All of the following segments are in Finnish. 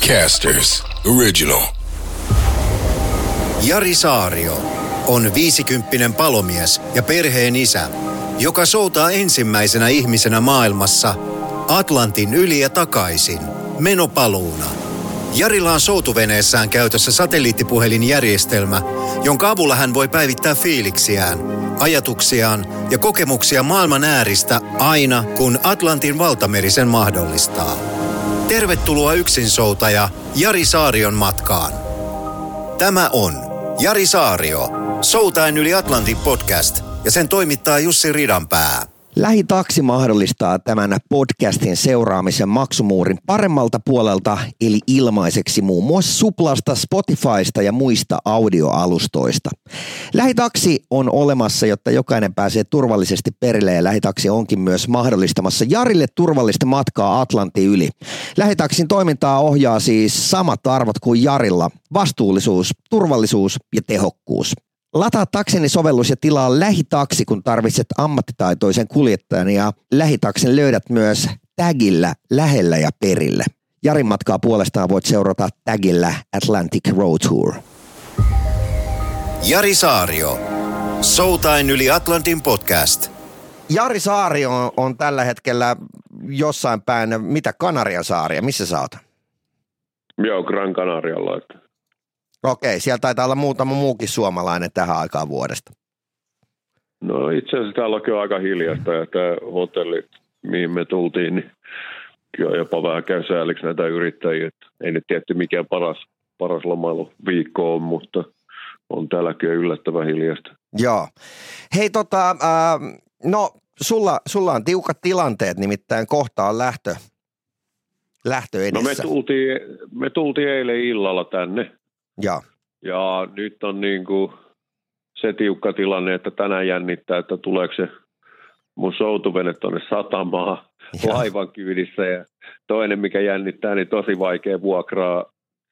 Podcasters Original. Jari Saario on 50-vuotias palomies ja perheen isä, joka soutaa ensimmäisenä ihmisenä maailmassa Atlantin yli ja takaisin menopaluuna. Jarilla on soutuveneessään käytössä satelliittipuhelinjärjestelmä, jonka avulla hän voi päivittää fiiliksiään, ajatuksiaan ja kokemuksia maailman ääristä aina, kun Atlantin valtameri sen mahdollistaa. Tervetuloa yksinsoutaja Jari Saarion matkaan. Tämä on Jari Saario, Soutaen yli Atlantin podcast ja sen toimittaa Jussi Ridanpää. Lähitaksi mahdollistaa tämän podcastin seuraamisen maksumuurin paremmalta puolelta eli ilmaiseksi muun muassa Suplasta, Spotifysta ja muista audioalustoista. Lähitaksi on olemassa, jotta jokainen pääsee turvallisesti perille ja Lähitaksi onkin myös mahdollistamassa Jarille turvallista matkaa Atlantin yli. Lähitaksin toimintaa ohjaa siis samat arvot kuin Jarilla: vastuullisuus, turvallisuus ja tehokkuus. Lataa Takseni sovellus ja tilaa Lähitaksi, kun tarvitset ammattitaitoisen kuljettajan, ja Lähitaksin löydät myös tagillä lähellä ja perille. Jarin matkaa puolestaan voit seurata tagillä Atlantic Road Tour. Jari Saario, Soutaen yli Atlantin podcast. Jari Saario on tällä hetkellä jossain päin, mitä, Kanarian saaria, missä sä oot? Joo, Gran Canarialla. Okei, siellä taitaa olla muutama muukin suomalainen tähän aikaan vuodesta. No itse asiassa täällä on aika hiljasta, ja tämä hotelli, mihin me tultiin, niin kyllä jopa vähän käy sääliksi näitä yrittäjiä. Ei nyt tietty mikään paras lomailuviikko on, mutta on täälläkin yllättävän hiljasta. Joo. Hei no sulla on tiukat tilanteet, nimittäin kohta on lähtö edessä. No me tultiin eilen illalla tänne. Ja nyt on niin kuin se tiukka tilanne, että tänään jännittää, että tuleeko se mun soutuvene tuonne satamaan laivan kyydissä. Ja toinen, mikä jännittää, niin tosi vaikea vuokraa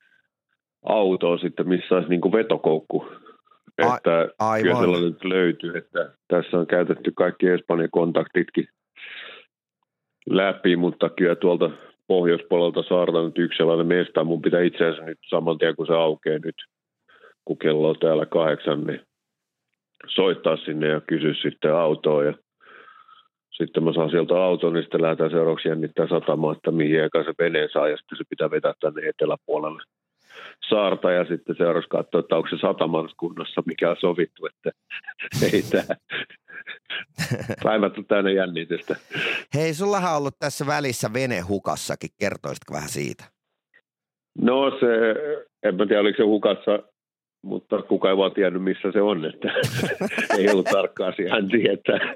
autoa sitten, missä olisi niin kuin vetokoukku. Että kyllä sellainen nyt löytyy, että tässä on käytetty kaikki Espanjan kontaktitkin läpi, mutta kyllä tuolta pohjoispuolelta saarta nyt yksi sellainen mesta. Mun pitää itse asiassa nyt saman tien, kun se aukeaa nyt, kun kello on täällä 8, niin soittaa sinne ja kysyä sitten autoa. Ja sitten mä saan sieltä auton, niin sitten lähdetään seuraavaksi jännittää satamaan, että mihin aikaan se veneen saa, ja sitten se pitää vetää tänne eteläpuolelle saarta, ja sitten seuraavaksi katsoa, että onko se sataman kunnossa, mikä on sovittu, että ei tämä päivät on täynnä jännitystä. Hei, sullahan on ollut tässä välissä vene hukassakin, kertoisitko vähän siitä? No se, en mä tiedä oliko se hukassa, mutta kukaan ei vaan tiennyt missä se on, että ei ollut tarkka asia, hän tietää.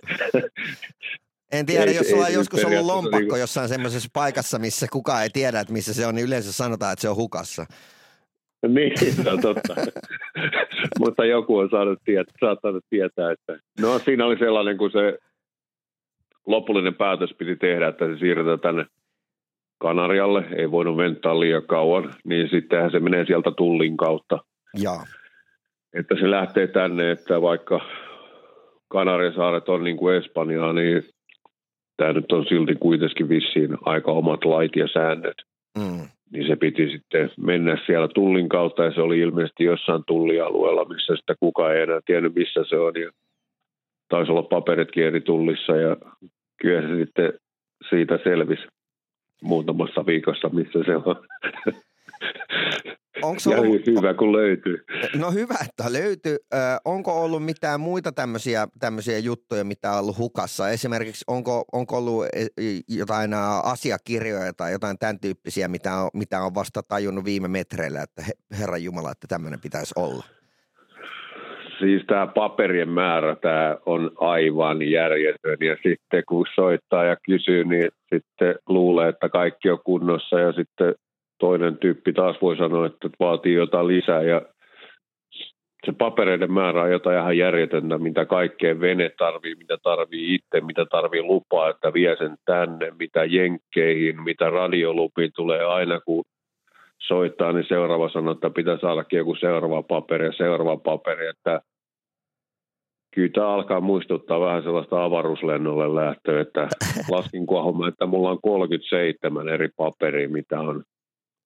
En tiedä, jos sulla on joskus ollut lompakko jossain semmoisessa paikassa, missä kukaan ei tiedä, että missä se on, niin yleensä sanotaan, että se on hukassa. Niin, no totta. Mutta joku on saattanut tietää, että no siinä oli sellainen, kun se lopullinen päätös piti tehdä, että se siirretään tänne Kanarialle, ei voinut ventaa liian kauan, niin sittenhän se menee sieltä tullin kautta. Joo. Että se lähtee tänne, että vaikka Kanariasaaret on niin kuin Espanjaa, niin tämä nyt on silti kuitenkin vissiin aika omat lait ja säännöt. Niin se piti sitten mennä siellä tullin kautta, ja se oli ilmeisesti jossain tullialueella, missä sitä kukaan ei enää tiennyt, missä se on. Ja taisi olla paperitkin eri tullissa, ja kyllä se sitten siitä selvisi muutamassa viikossa, missä se on. Ja hyvä, kun löytyy. No hyvä, että löytyy. Onko ollut mitään muita tämmöisiä juttuja, mitä on ollut hukassa? Esimerkiksi onko ollut jotain asiakirjoja tai jotain tämän tyyppisiä, mitä on vasta tajunnut viime metreillä, että Herran Jumala, että tämmöinen pitäisi olla? Siis tämä paperien määrä, tämä on aivan järjetön, ja sitten kun soittaa ja kysyy, niin sitten luulee, että kaikki on kunnossa, ja sitten toinen tyyppi taas voi sanoa, että vaatii jotain lisää, ja se papereiden määrä on jotain ihan järjetöntä, mitä kaikkea vene tarvii, mitä tarvii itse, mitä tarvii lupaa, että vie sen tänne, mitä jenkkeihin, mitä radiolupiin tulee aina, kun soittaa, niin seuraava sanoo, että pitää saadakin joku seuraava paperi, että kyllä tämä alkaa muistuttaa vähän sellaista avaruuslennolle lähtöä, että laskin kuahoma, että mulla on 37 eri paperia, mitä on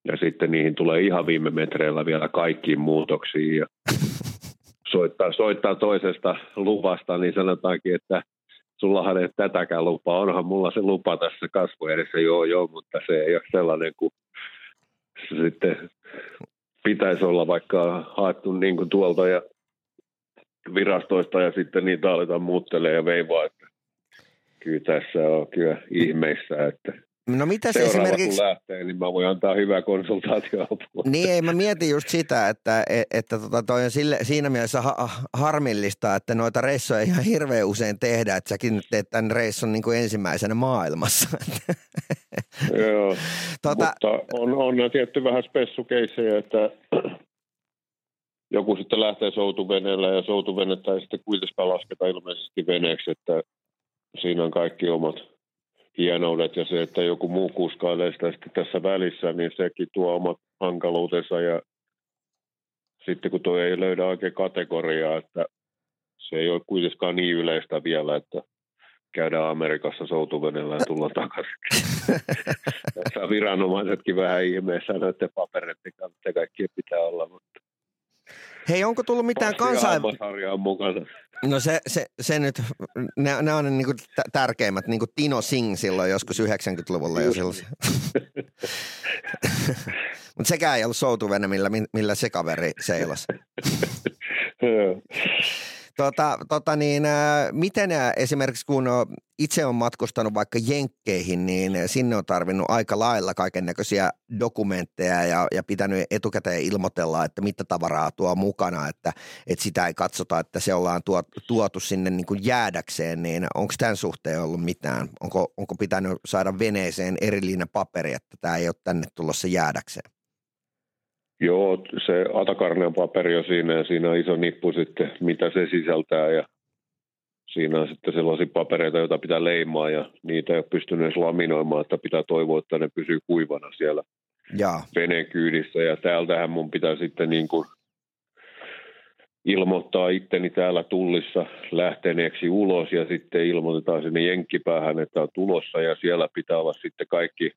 Ja sitten niihin tulee ihan viime metreillä vielä kaikkiin muutoksiin ja soittaa toisesta lupasta, niin sanotaankin, että sullahan ei tätäkään lupaa. Onhan mulla se lupa tässä kasvun edessä, joo, mutta se ei ole sellainen kuin se sitten pitäisi olla, vaikka haettu niin kuin tuolta ja virastoista ja sitten niitä aletaan muuttelee ja veivaa, että kyllä tässä on kyllä ihmeissä, että no mitäs seuraava esimerkiksi kun lähtee, niin mä voin antaa hyvää konsultaatioapua. Niin, ei mä mietin just sitä, että toi on siinä mielessä harmillista, että noita reissoja ihan hirveän usein tehdään, että säkin nyt teet tämän reissun niin kuin ensimmäisenä maailmassa. Joo, mutta on tietty vähän spessukeissejä, että joku sitten lähtee soutuveneellä ja soutuvenettä ja sitten kuitenkaan lasketaan ilmeisesti veneeksi, että siinä on kaikki omat hienoudet ja se, että joku muu kuskailee sitä sitten tässä välissä, niin sekin tuo omat hankaluutensa ja sitten kun tuo ei löydä oikein kategoriaa, että se ei ole kuitenkaan niin yleistä vielä, että käydään Amerikassa soutuveneellä ja tullaan takaisin. Tässä viranomaisetkin vähän ihmeessä noiden papereiden kanssa kaikkien pitää olla, mutta hei, onko tullut mitään hammasharja on mukana. No se nyt, ne on niinku tärkeimmät, niin kuin Tino Singh silloin joskus 90-luvulla jo silloin. Mutta sekään ei ollut soutuvene, millä se kaveri seilasi. Miten esimerkiksi kun itse on matkustanut vaikka Jenkkeihin, niin sinne on tarvinnut aika lailla kaikennäköisiä dokumentteja ja pitänyt etukäteen ilmoitella, että mitä tavaraa tuo mukana, että sitä ei katsota, että se ollaan tuotu sinne niin kuin jäädäkseen, niin onko tämän suhteen ollut mitään? Onko pitänyt saada veneeseen erillinen paperi, että tämä ei ole tänne tulossa jäädäkseen? Joo, se Atakarnean paperi on siinä ja siinä on iso nippu sitten, mitä se sisältää ja siinä on sitten sellaisia papereita, joita pitää leimaa ja niitä ei ole pystynyt edes laminoimaan, että pitää toivoa, että ne pysyy kuivana siellä veneen kyydissä ja täältähän mun pitää sitten niin kuin ilmoittaa itteni täällä tullissa lähteneeksi ulos ja sitten ilmoitetaan sinne jenkkipäähän, että on tulossa ja siellä pitää olla sitten kaikki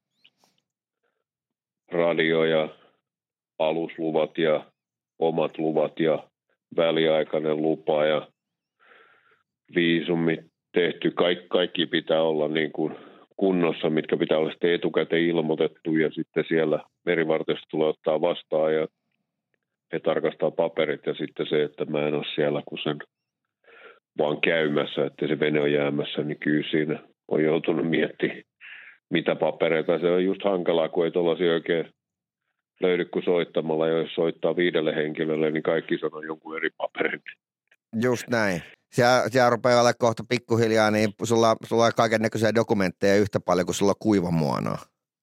radio ja alusluvat ja omat luvat ja väliaikainen lupa ja viisumit tehty. Kaikki pitää olla niin kuin kunnossa, mitkä pitää olla sitten etukäteen ilmoitettu ja sitten siellä merivartiosta tulee ottaa vastaan ja he tarkastaa paperit ja sitten se, että mä en ole siellä kun sen vaan käymässä, että se vene on jäämässä, niin kyllä siinä on joutunut miettimään mitä papereita. Se on just hankalaa, kun ei tuollaisia oikein löydy kuin soittamalla, ja jos soittaa 5 henkilölle, niin kaikki sanoo jonkun eri paperin. Just näin. Siellä rupeaa olla kohta pikkuhiljaa, niin sulla on kaikennäköisiä dokumentteja yhtä paljon kuin sulla on kuivamuonaa.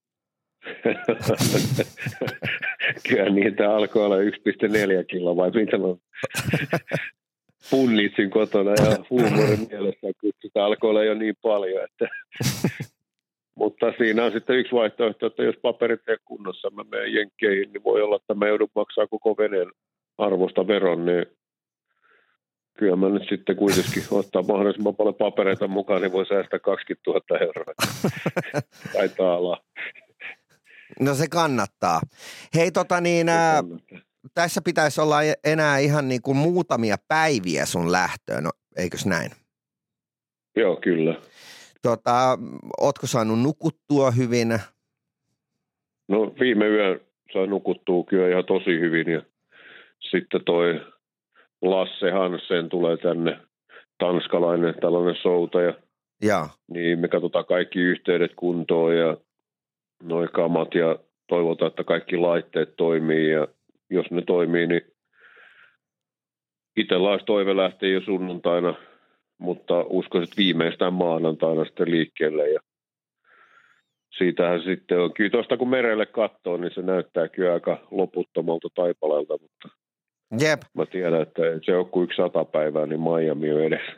Kyllä niitä alkoi olla 1,4 kiloa, vai mitä mä punnitsin kotona ja huumorin mielessä, kun sitä alkoi olla jo niin paljon, että mutta siinä on sitten yksi vaihtoehto, että jos paperit ei kunnossa, mä menen Jenkkeihin, niin voi olla, että mä joudun maksaa koko veneen arvosta veron, niin kyllä mä nyt sitten kuitenkin ottaa mahdollisimman paljon papereita mukaan, niin voi säästää 20 000 euroa. Taitaa olla. No se kannattaa. Hei tässä pitäisi olla enää ihan niin kuin muutamia päiviä sun lähtöön, no, eikös näin? Joo, kyllä. Ootko saanut nukuttua hyvin? No viime yön sain nukuttua kyllä ihan tosi hyvin ja sitten toi Lasse Hansen tulee tänne, tanskalainen tällainen soutaja. Niin me katsotaan kaikki yhteydet kuntoon ja noi kamat ja toivotaan, että kaikki laitteet toimii ja jos ne toimii, niin itsellä olisi toive lähteä jo sunnuntaina, mutta uskoisin, että viimeistään maanantaina sitten liikkeelle ja siitähän sitten on. Kyllä tuosta kun merelle katsoo, niin se näyttää kyllä aika loputtomalta taipaleelta, mutta jep. Mä tiedän, että se on kuin 100 päivää, niin Miami on edessä.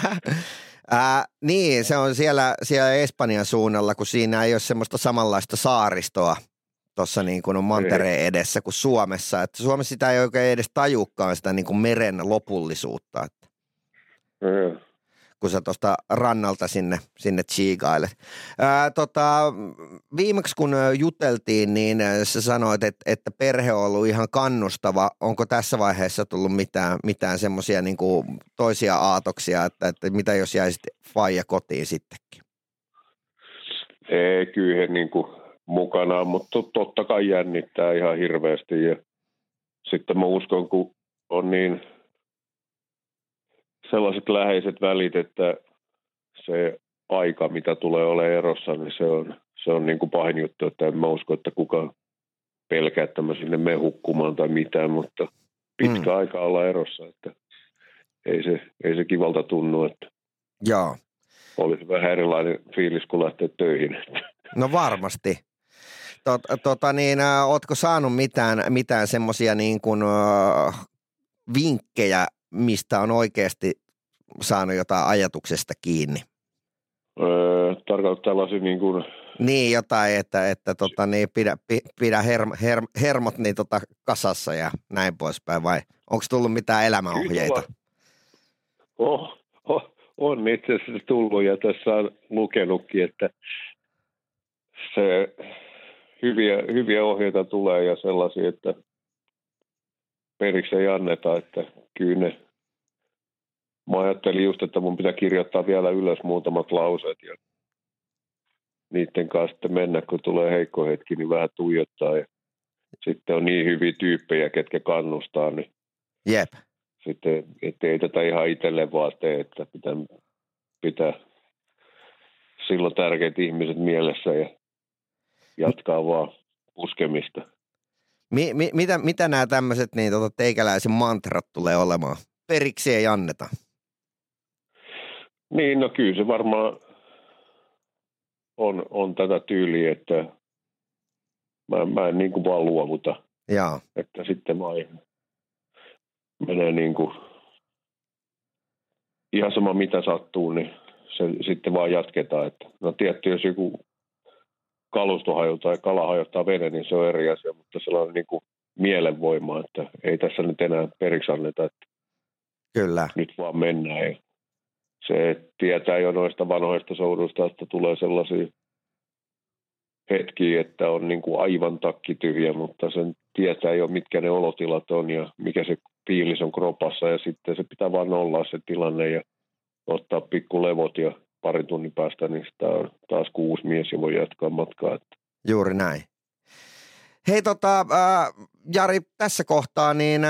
Niin, se on siellä Espanjan suunnalla, kun siinä ei ole semmoista samanlaista saaristoa tuossa niin kuin on mantereen edessä kuin Suomessa. Että Suomessa sitä ei oikein edes tajukaan sitä niin kuin meren lopullisuutta. kun sä tuosta rannalta sinne chiigailet. Viimeksi kun juteltiin, niin sä sanoit, että perhe on ollut ihan kannustava. Onko tässä vaiheessa tullut mitään semmoisia niin kuin toisia aatoksia, että mitä jos jäisit faija kotiin sittenkin? Ei, kyllä he niin kuin mukana, mutta totta kai jännittää ihan hirveästi. Ja sitten mä uskon, kun on niin sellaiset läheiset välit, että se aika, mitä tulee olemaan erossa, niin se on niin kuin pahin juttu, että en mä usko, että kukaan pelkää, että mä sinne mene hukkumaan tai mitään, mutta pitkä aika olla erossa, että ei se kivalta tunnu, että Joo. olisi vähän erilainen fiilis, kun lähtee töihin. No varmasti. Ootko saanut mitään semmoisia niin kuin vinkkejä, mistä on oikeasti saanut jotain ajatuksesta kiinni? Tarkoittaa tällaisia niin kuin... Niin, jotain, että pidä hermot niin kasassa ja näin poispäin, vai onko tullut mitään elämäohjeita? On itse asiassa tullut, ja tässä on lukenutkin, että se hyviä ohjeita tulee ja sellaisia, että periksi ei anneta, että kyllä ne. Mä ajattelin just, että mun pitää kirjoittaa vielä ylös muutamat lauseet ja niiden kanssa sitten mennä, kun tulee heikko hetki, niin vähän tuijottaa. Ja sitten on niin hyviä tyyppejä, ketkä kannustaa, niin Jep. sitten ei tätä ihan itselle vaan tee, että pitää silloin tärkeät ihmiset mielessä ja jatkaa vaan puskemista. Mitä nämä tämmöiset niin, teikäläisen mantrat tulee olemaan? Periksi ei anneta. Niin, no kyllä se varmaan on tätä tyyliä, että mä en niin kuin vaan luovuta. Jaa. Että sitten vaan menee niin kuin ihan sama mitä sattuu, niin se sitten vaan jatketaan. Että, no tietty, jos joku kalusto hajottaa tai kala hajottaa veden, niin se on eri asia, mutta sellainen niin kuin mielenvoima, että ei tässä nyt enää periksi anneta, että Kyllä. nyt vaan mennään. Ja se tietää jo noista vanhoista souduista, että tulee sellaisia hetkiä, että on niin kuin aivan takki tyhjä, mutta sen tietää jo, mitkä ne olotilat on ja mikä se fiilis on kropassa. Ja sitten se pitää vaan nollaa se tilanne ja ottaa pikkulevot ja pari tunnin päästä, niin sitä on taas uusi mies ja voi jatkaa matkaa. Juuri näin. Hei Jari, tässä kohtaa niin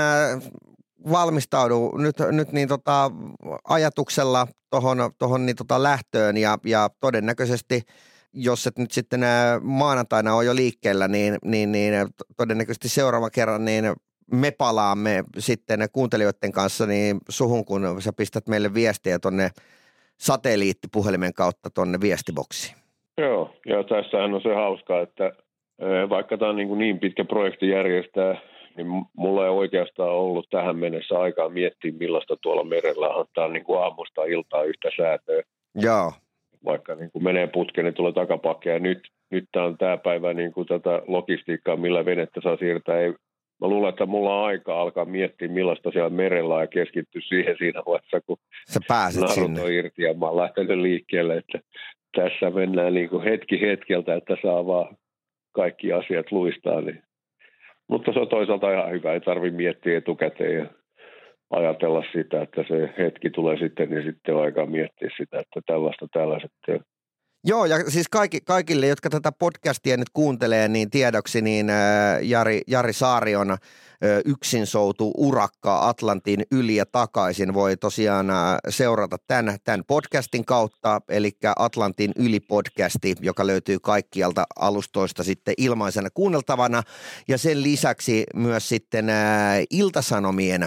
valmistaudu nyt niin ajatuksella tohon niin lähtöön ja todennäköisesti, jos et nyt sitten maanantaina on jo liikkeellä, niin todennäköisesti seuraava kerran niin me palaamme sitten kuuntelijoiden kanssa niin suhun, kun sä pistät meille viestiä tonne satelliittipuhelimen kautta tonne viestiboksiin. Joo, ja tässähän on se hauskaa, että vaikka tämä on niin pitkä projekti järjestää, niin mulla ei oikeastaan ollut tähän mennessä aikaa miettiä, millaista tuolla merellä on. Tämä on niin kuin aamusta iltaa yhtä säätöä. Joo. Vaikka niin kuin menee putkeen, niin tulee takapakkeja. Nyt tämä on tämä päivä niin kuin tätä logistiikkaa, millä venettä saa siirtää. Mä luulen, että mulla on aikaa alkaa miettiä, millaista siellä merellä on ja keskittyä siihen siinä vaiheessa, kun sä pääset narut sinne. On irti ja mä oon lähtenyt liikkeelle. Että tässä mennään niin kuin hetki hetkeltä, että saa vaan kaikki asiat luistaa. Niin. Mutta se on toisaalta ihan hyvä, ei tarvitse miettiä etukäteen ja ajatella sitä, että se hetki tulee sitten, niin sitten on aikaa miettiä sitä, että tällaiset. Joo, ja siis kaikille, jotka tätä podcastia nyt kuuntelee, niin tiedoksi, niin Jari Saarion yksin soutu urakka Atlantin yli ja takaisin voi tosiaan seurata tämän podcastin kautta, eli Atlantin yli podcasti, joka löytyy kaikkialta alustoista sitten ilmaisena kuunneltavana, ja sen lisäksi myös sitten Ilta-Sanomien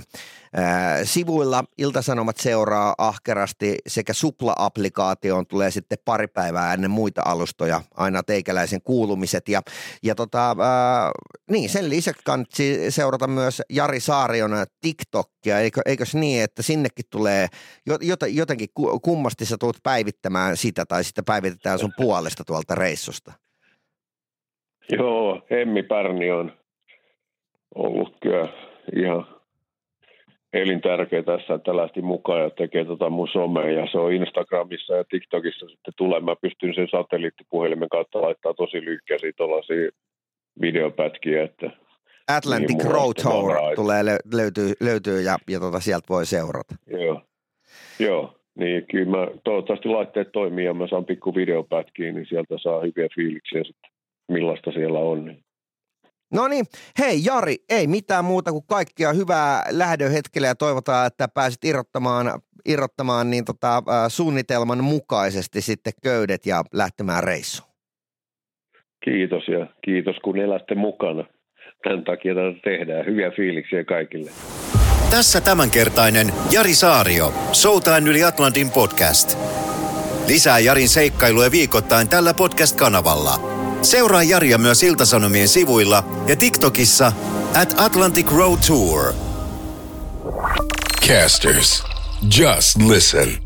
sivuilla Ilta-Sanomat seuraa ahkerasti sekä Supla-applikaatioon tulee sitten pari päivää ennen muita alustoja aina teikäläisen kuulumiset niin sen lisäksi kannattaa seurata myös Jari Saarion TikTokia, eikös niin, että sinnekin tulee jotenkin kummasti sä tulet päivittämään sitä tai sitä päivitetään sun puolesta tuolta reissusta. Joo, Emmi Pärni on ollut kyllä ihan elintärkeä tässä, että lähti mukaan ja tekee mun somea. Ja se on Instagramissa ja TikTokissa sitten tulee. Mä pystyn sen satelliittipuhelimen kautta laittaa tosi lyhkäisiä tuollaisia videopätkiä. Että Atlantic Road Tour löytyy ja sieltä voi seurata. Joo. Niin kyllä mä toivottavasti laitteet toimii ja mä saan pikku videopätkiä, niin sieltä saa hyviä fiiliksiä sitten, millaista siellä on. Niin. No niin, hei Jari, ei mitään muuta kuin kaikkia hyvää lähdön hetkellä ja toivotaan, että pääset irrottamaan niin suunnitelman mukaisesti sitten köydet ja lähtemään reissuun. Kiitos ja kiitos kun elätte mukana. Tämän takia tätä tehdään. Hyviä fiiliksiä kaikille. Tässä tämänkertainen Jari Saario, Showtime yli Atlantin podcast. Lisää Jarin seikkailuja viikoittain tällä podcast-kanavalla. Seuraa Jaria myös Ilta-Sanomien sivuilla ja TikTokissa @Atlantic Road Tour. Casters, just listen.